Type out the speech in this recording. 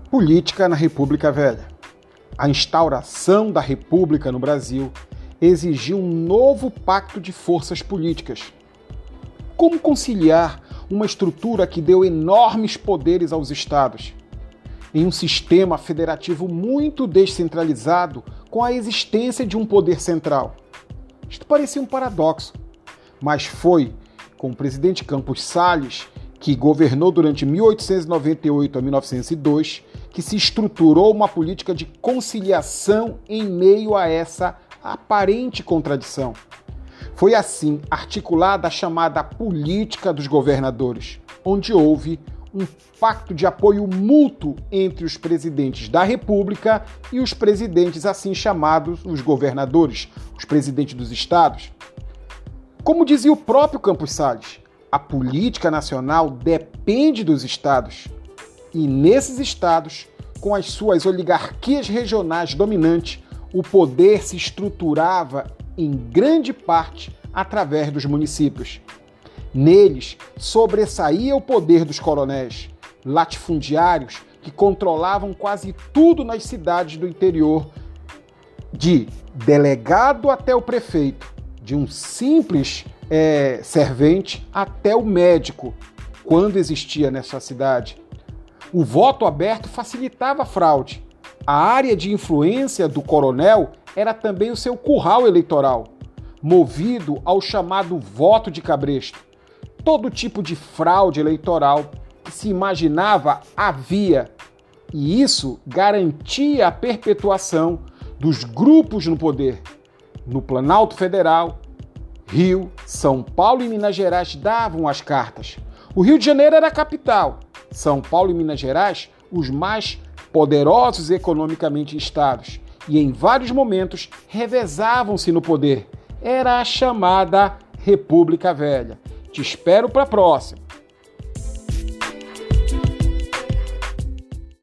Política na República Velha. A instauração da República no Brasil exigiu um novo pacto de forças políticas. Como conciliar uma estrutura que deu enormes poderes aos estados, em um sistema federativo muito descentralizado, com a existência de um poder central? Isto parecia um paradoxo, mas foi com o presidente Campos Salles, que governou durante 1898 a 1902, que se estruturou uma política de conciliação em meio a essa aparente contradição. Foi assim articulada a chamada política dos governadores, onde houve um pacto de apoio mútuo entre os presidentes da República e os presidentes assim chamados, os governadores, os presidentes dos estados. Como dizia o próprio Campos Salles, a política nacional depende dos estados. E nesses estados, com as suas oligarquias regionais dominantes, o poder se estruturava em grande parte através dos municípios. Neles sobressaía o poder dos coronéis, latifundiários que controlavam quase tudo nas cidades do interior, de delegado até o prefeito, de um simples servente até o médico, quando existia nessa cidade. O voto aberto facilitava a fraude. A área de influência do coronel era também o seu curral eleitoral, movido ao chamado voto de cabresto. Todo tipo de fraude eleitoral que se imaginava havia, e isso garantia a perpetuação dos grupos no poder. No Planalto Federal, Rio, São Paulo e Minas Gerais davam as cartas. O Rio de Janeiro era a capital. São Paulo e Minas Gerais, os mais poderosos economicamente estados. E em vários momentos revezavam-se no poder. Era a chamada República Velha. Te espero para a próxima.